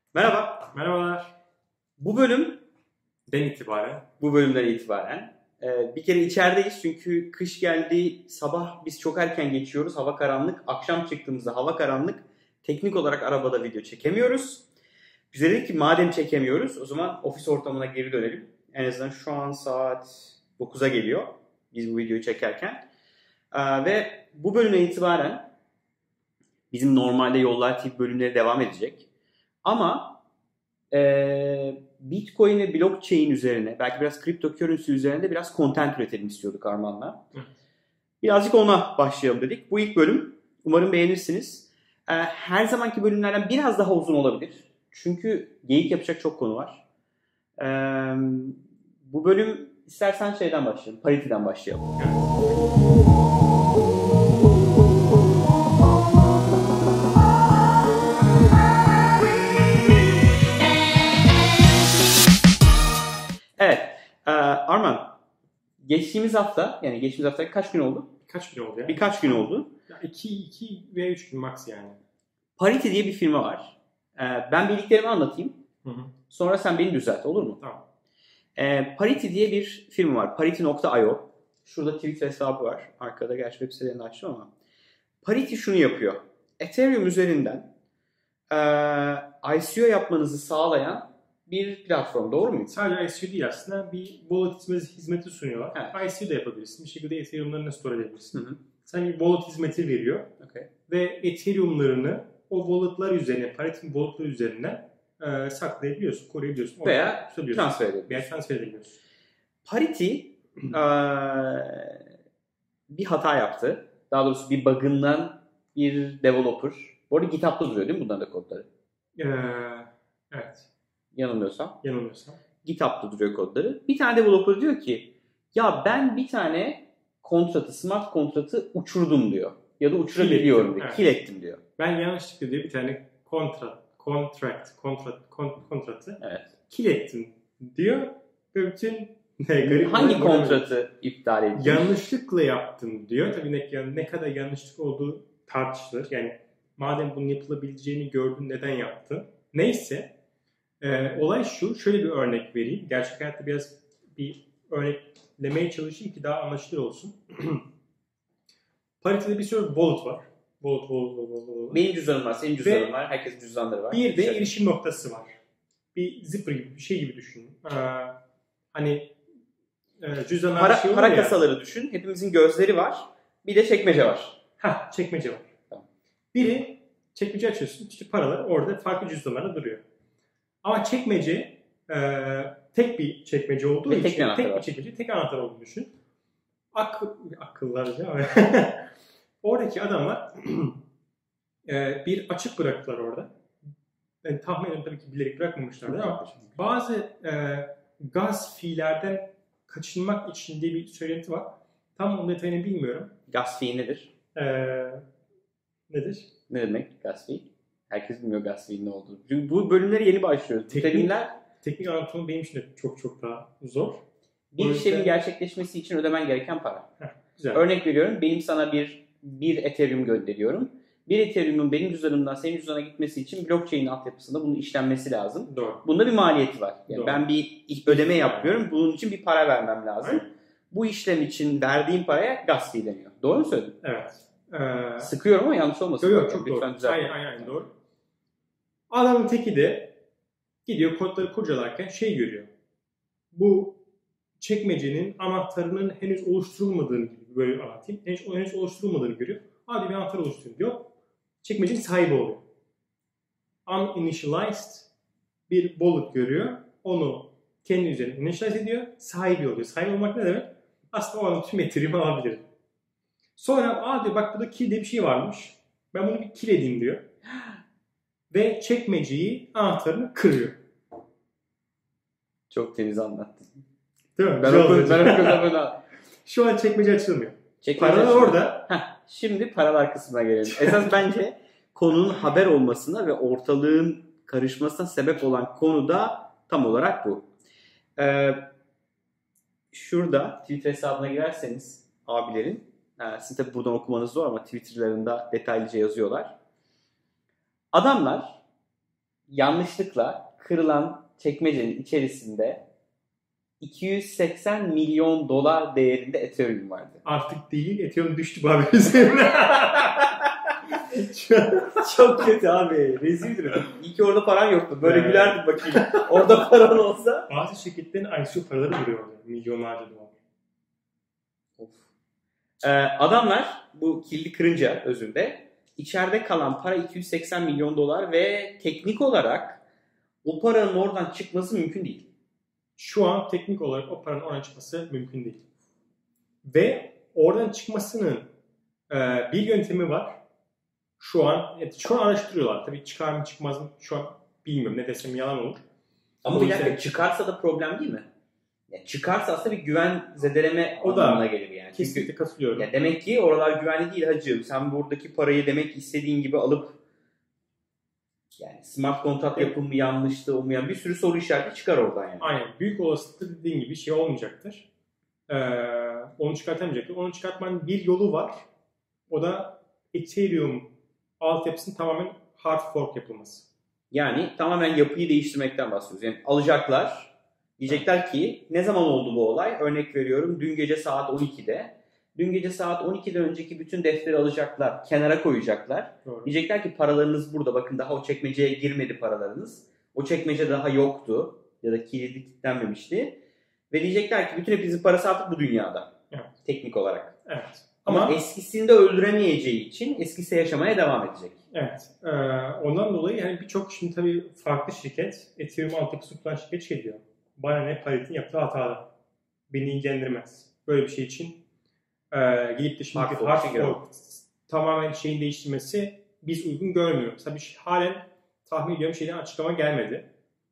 Merhaba. Merhabalar. Bu bölüm, Den itibaren. bu bölümden itibaren bir kere içerideyiz çünkü kış geldi. Sabah biz çok erken geçiyoruz. Hava karanlık. Akşam çıktığımızda hava karanlık. Teknik olarak arabada video çekemiyoruz. Biz dedik ki madem çekemiyoruz o zaman ofis ortamına geri dönelim. En azından şu an saat 9'a geliyor biz bu videoyu çekerken. Ve bu bölümden itibaren bizim normalde Yollar TV bölümleri devam edecek. Ama Bitcoin ve blockchain üzerine, belki biraz cryptocurrency üzerine de biraz content üretelim istiyorduk Arman'la. Birazcık ona başlayalım dedik. Bu ilk bölüm. Umarım beğenirsiniz. Her zamanki bölümlerden biraz daha uzun olabilir. Çünkü geyik yapacak çok konu var. Bu bölüm istersen şeyden başlayalım. Parity'den başlayalım. Evet. Arman, geçtiğimiz hafta kaç gün oldu? Kaç gün oldu ya? Birkaç gün oldu. 2 veya 3 gün max yani. Parity diye bir firma var. Ben bildiklerimi anlatayım. Hı. Sonra sen beni düzelt, olur mu? Tamam. Parity diye bir firma var. Parity.io. Şurada Twitter hesabı var. Arkada gerçi web sitelerini açtım ama. Parity şunu yapıyor. Ethereum üzerinden ICO yapmanızı sağlayan bir platform. Doğru mu? Sadece ICO değil aslında. Bir wallet hizmeti sunuyorlar. Evet. ICO da yapabilirsin. Bir şekilde Ethereum'larını store edebilirsin. Hı. Sen bir wallet hizmeti veriyor. Okay. Ve Ethereum'larını o wallet'lar üzerine, Parity'nin wallet'lar üzerine saklayabiliyorsun, koruyabiliyorsun. Veya transfer edebiliyorsun. Parity bir hata yaptı. Daha doğrusu bir bug'ından bir developer. Bu arada GitHub'da duruyor değil mi bunların da kodları? Evet. Yanılmıyorsam. GitHub'da duruyor kodları. Bir tane developer diyor ki ya ben bir tane smart kontratı uçurdum diyor. Ya da uçurabiliyorum diyor. Kill ettim diyor. Ben yanlışlıkla diyor bir tane kontratı evet. Kill ettim diyor. Ve bütün hangi kontratı iptal ettin? Yanlışlıkla yaptım diyor. Tabii ne kadar yanlışlık olduğu tartışılır. Yani madem bunun yapılabileceğini gördün neden yaptın? Neyse. Olay şu. Şöyle bir örnek vereyim. Gerçek hayatta biraz bir örneklemeye çalışayım ki daha anlaşılır olsun. Parity'de bir sürü wallet var. Wallet. Benim cüzdanım var, senin cüzdanın var, herkesin cüzdanları var. Bir de erişim noktası var. Bir zipper gibi bir şey gibi düşünün. Hani cüzdanlar para kasaları düşün. Hepimizin gözleri var. Bir de çekmece var. Çekmece var. Tamam. Biri çekmece açıyorsun. İşte paralar orada farklı cüzdanlarda duruyor. Ama çekmece tek bir çekmece olduğu için tek anahtar olduğunu düşün. Akıllarca ama oradaki adamlar bir açık bıraktılar orada. Yani tahminen tabii ki bilerek bırakmamışlardı ama bazı gaz fee'lerden kaçınmak için diye bir söylenti var. Tam onun detayını bilmiyorum. Gas fee nedir? Nedir? Ne demek gas fee? Herkes bilmiyor gas fee'nin ne olduğunu. Çünkü bu bölümleri yeni başlıyoruz. Teknik anlatımı benim için de çok daha zor. Bir işlemin gerçekleşmesi için ödemen gereken para. Güzel. Örnek veriyorum. Benim sana bir Ethereum gönderiyorum. Bir Ethereum'un benim cüzdanımdan senin cüzdana gitmesi için blockchain altyapısında bunun işlenmesi lazım. Doğru. Bunda bir maliyeti var. Yani ben bir ödeme yapıyorum. Bunun için bir para vermem lazım. Aynen. Bu işlem için verdiğim paraya gas fee deniyor. Doğru mu söyledim? Evet. Sıkıyorum ama yanlış olmasın. Yok çok doğru. Aynen doğru. Adamın teki de gidiyor kodları kurcalarken görüyor. Bu çekmecenin anahtarının henüz oluşturulmadığını gibi böyle anlatayım. Henüz oluşturulmadığını görüyor. Hadi bir anahtar oluşturun diyor. Çekmecenin sahibi oluyor. Uninitialized bir wallet görüyor. Onu kendi üzerine initialize ediyor. Sahibi oluyor. Sahibi olmak ne demek? Aslında o an tüm Ethereum'u alabilirim. Sonra diyor bak burada kill diye bir şey varmış. Ben bunu bir kill edeyim diyor. Ve çekmeceyi anahtarını kırıyor. Çok temiz anlattın. Değil mi? Ben okudum. Şu an çekmece açılmıyor. Paralar orada. Şimdi paralar kısmına gelelim. Esas bence konunun haber olmasına ve ortalığın karışmasına sebep olan konu da tam olarak bu. Şurada Twitter hesabına girerseniz abilerin, sizin tabi buradan okumanız zor ama Twitter'larında detaylıca yazıyorlar. Adamlar yanlışlıkla kırılan çekmecenin içerisinde 280 milyon dolar değerinde Ethereum vardı. Artık değil, Ethereum düştü bu haberin üzerine. Çok kötü abi. Rezil durum. İyi ki orada paran yoktu. Böyle Evet. gülerdim bakayım. Orada paran olsa. Bazı şirketlerin ICO paraları duruyor orada. Milyonlarca dolar. Of. Adamlar bu kilidi kırınca özünde içeride kalan para 280 milyon dolar ve teknik olarak o paranın oradan çıkması mümkün değil. Şu an teknik olarak o paranın oradan çıkması mümkün değil. Ve oradan çıkmasının bir yöntemi var. Şu an araştırıyorlar. Tabii çıkar mı çıkmaz mı şu an bilmiyorum. Ne desem yalan olur. Ama O bir dakika yüzden- çıkarsa da problem değil mi? Ya çıkarsa aslında bir güven zedeleme O da anlamına gelir yani. Kesinlikle katılıyorum. Ya demek ki oralar güvenli değil hacı. Sen buradaki parayı demek istediğin gibi alıp yani smart kontrat yapımı yanlıştı, olmayan bir sürü soru işareti çıkar oradan yani. Aynen. Büyük olasılıkla dediğin gibi şey olmayacaktır. Onu çıkartamayacaktır. Onu çıkartmanın bir yolu var. O da Ethereum altyapısının tamamen hard fork yapılması. Yani tamamen yapıyı değiştirmekten bahsediyoruz. Yani alacaklar, diyecekler ki ne zaman oldu bu olay? Örnek veriyorum dün gece saat 12'de. Dün gece saat 12'den önceki bütün defteri alacaklar, kenara koyacaklar. Doğru. Diyecekler ki paralarınız burada. Bakın daha o çekmeceye girmedi paralarınız. O çekmece daha yoktu ya da kilidi kilitlenmemişti. Ve diyecekler ki bütün hepinizin parası artık bu dünyada. Evet. Teknik olarak. Evet. Ama eskisinde öldüremeyeceği için eskisi yaşamaya devam edecek. Evet. Ondan dolayı yani birçok şimdi tabii farklı şirket Ethereum altyapısı kullanan şirket şey diyor. Bana ne Parit'in yaptığı hatalı. Beni ilgilendirmez. Böyle bir şey için gidip de şimdi Hard bir fork hard figure. fork tamamen şeyin değiştirmesi biz uygun görmüyoruz. Tabii halen tahmin ediyorum şeyden açıklama gelmedi.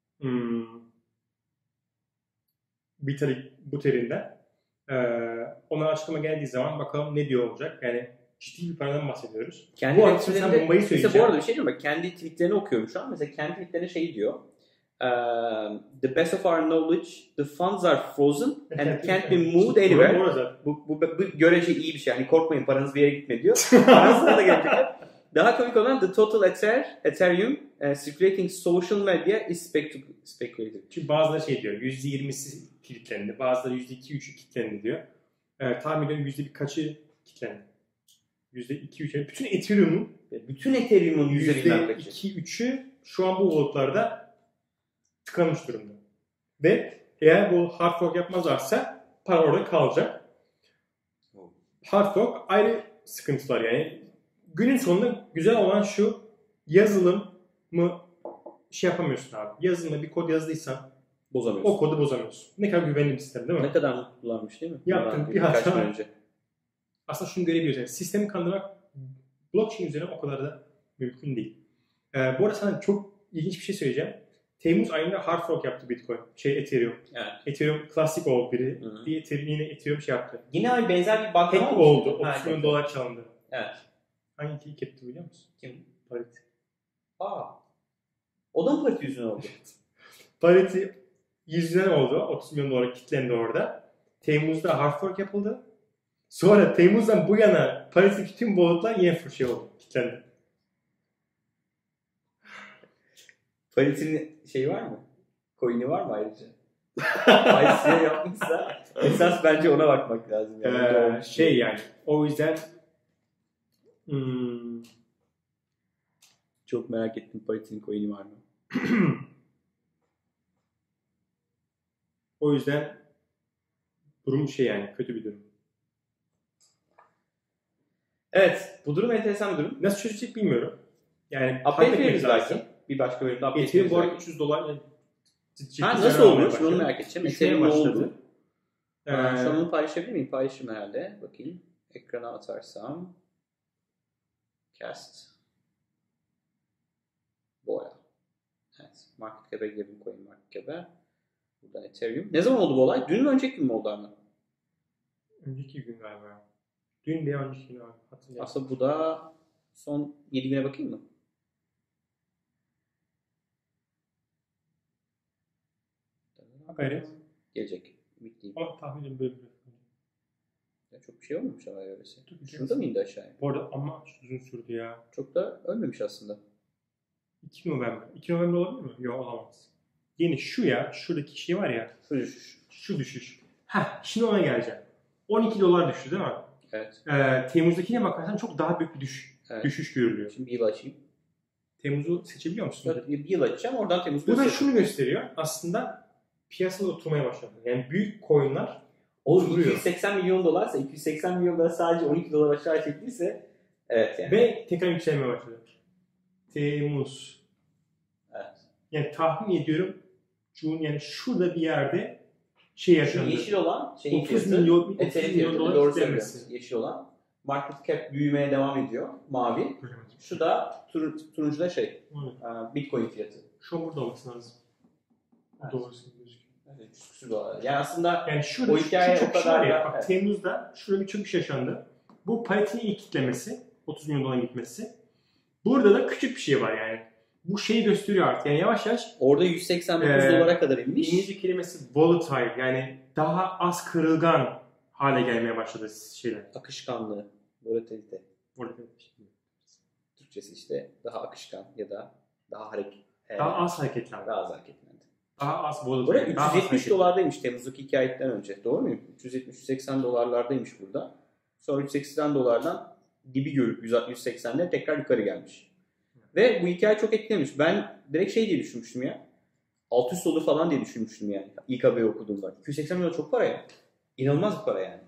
Vitalik Buterin'den. Ona açıklama geldiği zaman bakalım ne diyor olacak. Yani ciddi bir paradan bahsediyoruz. Kendi Bu arada sen tweetlerinde- bombayı mesela söyleyeceğim. bu arada bir şey diyeyim mi? Kendi tweetlerini okuyorum şu an. Mesela kendi tweetlerine şey diyor. The best of our knowledge, the funds are frozen and can't be moved anywhere. Doğru zaten. Bu görece iyi bir şey. Yani korkmayın paranız bir yere gitme diyor. Parasına da gelecek. Daha komik olan the total Ethereum circulating social media is speculative. Çünkü bazıları şey diyor, %20'si kilitlendi, bazıları %2-3'ü kilitlendi diyor. Tahmin ediyorum %birkaçı kilitlendi. %2-3'ü, bütün Ethereum'un Ethereum'un %1 kaçı? %2-3'ü şu an bu wallet'larda tıkanmış durumda. Ve eğer bu hard fork yapmazlarsa para orada kalacak. Hard fork ayrı sıkıntılar yani. Günün sonunda güzel olan şu, yazılımı şey yapamıyorsun abi. Yazılımda bir kod yazdıysan Bozamıyorsun. o kodu bozamıyorsun. Ne kadar güvenli bir sistem değil mi? Ne kadar mutlularmış değil mi? Yaptın Bundan bir birkaç hata. gün önce. Aslında şunu görebiliyoruz. Yani sistemi kandırmak blockchain üzerine o kadar da mümkün değil. Bu arada sana çok ilginç bir şey söyleyeceğim. Temmuz ayında hard fork yaptı Bitcoin. Ethereum. Evet. Ethereum klasik oldu biri. Hı-hı. Bir Ethereum yine Ethereum şey yaptı. Yine aynı benzer bir bug Hack oldu. 30 milyon dolar çalındı. Evet. Hangi ilk etti biliyor musun? Kim? Parity. O da mı parti yüzünden oldu? Parity yüzünden oldu. 30 milyon dolar kilitlendi orada. Temmuz'da hard fork yapıldı. Sonra Temmuz'dan bu yana Parity'deki tüm wallet'lar yine şey oldu. Kilitlendi. Parity'nin şeyi var mı? Coin'i var mı ayrıca? ICO yapmışsa esas bence ona bakmak lazım. Yani. Yani o yüzden çok merak ettim Parity'nin coin'i var mı? o yüzden durum yani kötü bir durum. Evet. Bu durum enteresan bir durum. Nasıl çözecek bilmiyorum. Yani Update veririz belki. Bir başka bölümde update Ethereum veririz bu arada belki. 300 dolar. Nasıl olmuş? Bunu merak edeceğim. Düşmeye Ethereum ne başladı. oldu? Şu an onu paylaşabilir miyim? Paylaşırım herhalde. Bakayım. Ekrana atarsam. Cast. Boya. Evet. Market cap'e girdim. Coin market cap'e. Buradan Ethereum. Ne zaman oldu bu olay? Dün mü önceki gün mü oldu ama? Önceki gün galiba. Dün veya önceki gün abi. Hatırlayamıyorum. Aslında bu da son 7 güne bakayım mı? Gayret. Gelecek. Ümitliyim. Ama tahmin ediyorum böyle bir Ya çok bir şey olmamış ama öylesi. Dur, Şurada mı indi aşağıya? Bu arada ama uzun sürdü ya. Çok da ölmemiş aslında. 2 November. 2 November olabilir mi? Yok, olamaz. Yeni şu ya. Şuradaki şey var ya. Şu düşüş. Şu düşüş. Şimdi ona geleceğim. 12 dolar düştü değil mi? Evet. Temmuz'dakine bakarsan çok daha büyük bir düşüş görülüyor. Şimdi bir yıl açayım. Temmuz'u seçebiliyor musun? Bir yıl açacağım. Oradan Temmuz'u Bu da şunu gösteriyor. Aslında piyasada oturmaya başladı. Yani büyük coin'lar Oğlum 280 milyon dolarsa 280 milyon dolar sadece 12 dolar aşağı çektiyse evet yani. Ve tekrar yükselmeye başladı. Temmuz. Evet. Yani tahmin ediyorum yani şurada bir yerde yaşandı. Yeşil olan şeyin 30 milyon dolar dolar yükselmesi. Yeşil olan market cap büyümeye devam ediyor. Mavi. Şu da turuncu da Bitcoin fiyatı. Şu an burada olması lazım. Evet. Doğrusu gözüküyor. Evet, küsür dolar. Yani aslında yani şurada o hikaye o kadar ya. ya. Bak, evet. Temmuz'da şurada bir iş yaşandı. Bu paletini ilk kitlemesi, 30 milyon dolar gitmesi. Burada da küçük bir şey var yani. Bu şeyi gösteriyor artık. Yani yavaş yavaş. Orada 189 dolara kadar inmiş. İngilizce kelimesi volatile, yani daha az kırılgan hale gelmeye başladı şeyler. Akışkanlığı, volatilite. Türkçesi işte daha akışkan ya da daha daha az hareketlendi. Daha az hareketlendi. Daha az volatil. Burada 370 dolardaymış Temmuz'daki hikayetten önce. Doğru muyum? 370-180 dolarlardaymış burada. Sonra 180 dolardan dibi görüp 180'lere tekrar yukarı gelmiş. Ve bu hikaye çok etkilemiş. Ben direkt diye düşünmüştüm ya. 600 olur falan diye düşünmüştüm yani. İlk haberi okuduğumda. 280 milyon çok para ya. İnanılmaz bir para yani.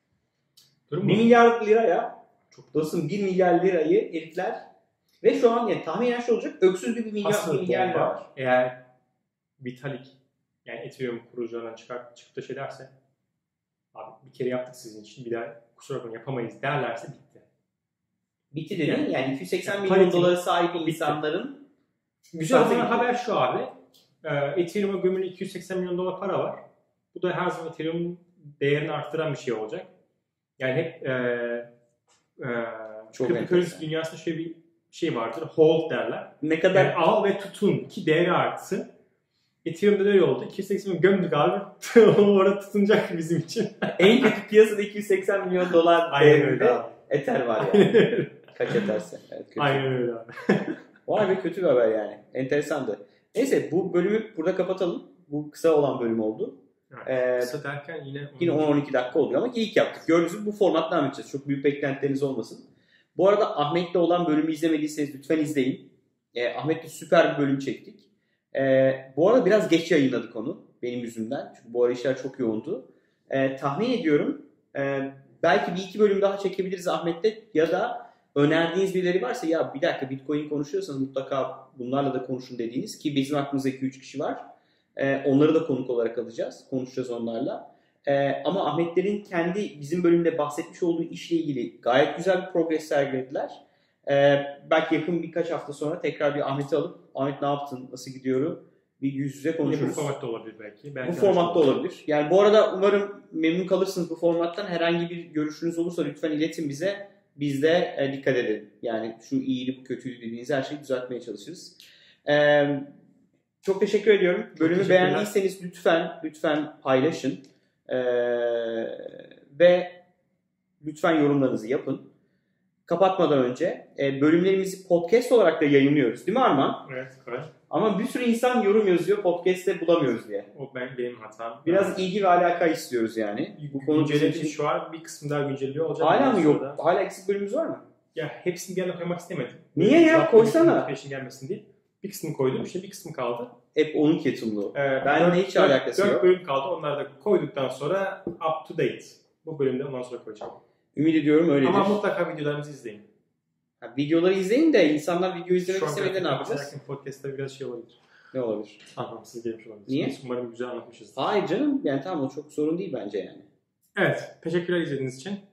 1 milyar lira ya. Çok dostum 1 milyar lirayı herifler ve şu an yani tahminen şey olacak. Öksüz bir milyar lira var. Eğer Vitalik yani Ethereum kurucularından çıkıp da derse abi bir kere yaptık sizin için bir daha kusura bakmayın yapamayız derlerse bitti. Bitti dedin yani 280 milyon dolara sahip insanların güzel olan haber şu abi. Ethereum'a gömülü 280 milyon dolar para var. Bu da her zaman Ethereum'un değerini arttıran bir şey olacak. Yani hep cryptocurrency dünyasında şöyle bir şey vardır. Hold derler. Ne kadar yani al ve tutun ki değeri artsın. Ethereum'da da öyle oldu. 280 milyon gömdük abi. Orada tutunacak bizim için. En kötü piyasada 280 milyon dolar değerinde Ether var yani. Kaç Ether'se. Evet, kötü. Aynen öyle abi. Vay be, kötü bir haber yani. Enteresandı. Neyse bu bölümü burada kapatalım. Bu kısa olan bölüm oldu. Evet, kısa derken yine 10-12 dakika oluyor ama ilk yaptık. Gördüğünüz gibi bu formatla devam edeceğiz. Çok büyük beklentileriniz olmasın. Bu arada Ahmet'le olan bölümü izlemediyseniz lütfen izleyin. Ahmet'le süper bir bölüm çektik. Bu arada biraz geç yayınladık onu benim yüzümden. Çünkü bu ara işler çok yoğundu. Tahmin ediyorum belki bir iki bölüm daha çekebiliriz Ahmet'le ya da önerdiğiniz birileri varsa ya bir dakika Bitcoin konuşuyorsanız mutlaka bunlarla da konuşun dediğiniz ki bizim aklımızda 2-3 kişi var. Onları da konuk olarak alacağız. Konuşacağız onlarla. Ama Ahmetlerin kendi bizim bölümde bahsetmiş olduğu işle ilgili gayet güzel bir progres sergilediler. Belki yakın birkaç hafta sonra tekrar bir Ahmet'i alıp Ahmet ne yaptın, nasıl gidiyor bir yüz yüze konuşuruz. Bu formatta olabilir belki. Bu formatta olabilir. Yani bu arada umarım memnun kalırsınız bu formattan. Herhangi bir görüşünüz olursa lütfen iletin bize. Biz de dikkat edelim. Yani şu iyiydi, bu kötüydü dediğiniz her şeyi düzeltmeye çalışırız. Çok teşekkür ediyorum. Bölümü beğendiyseniz lütfen paylaşın. Ve lütfen yorumlarınızı yapın. Kapatmadan önce bölümlerimizi podcast olarak da yayınlıyoruz. Değil mi Arman? Evet, evet. Ama bir sürü insan yorum yazıyor podcast'te bulamıyoruz diye. O benim hatam. Biraz ilgi ve alaka istiyoruz yani. Bu konu için şu an bir kısmı daha günceliyor olacak. Hala mı yok? Hala eksik bölümümüz var mı? Ya hepsini bir anda koymak istemedim. Niye ya? Koysana. Peşin gelmesin diye. Bir kısmını koydum. İşte bir kısmı kaldı. Hep onun ketumluğu. Benimle hiç alakası yok. 4 bölüm kaldı. Onları da koyduktan sonra up to date. Bu bölümde ondan sonra koyacağım. Ümit ediyorum öyledir. Ama mutlaka videolarımızı izleyin. Videoları izleyin de insanlar video izlemek istemediğinde ne yapacağız? Podcast'ta biraz şey olabilir. Ne olabilir? Anlamsız gelmiş olabilir. Niye? Biz umarım güzel anlatmışız. Hayır canım. Yani tamam o çok sorun değil bence yani. Evet. Teşekkürler izlediğiniz için.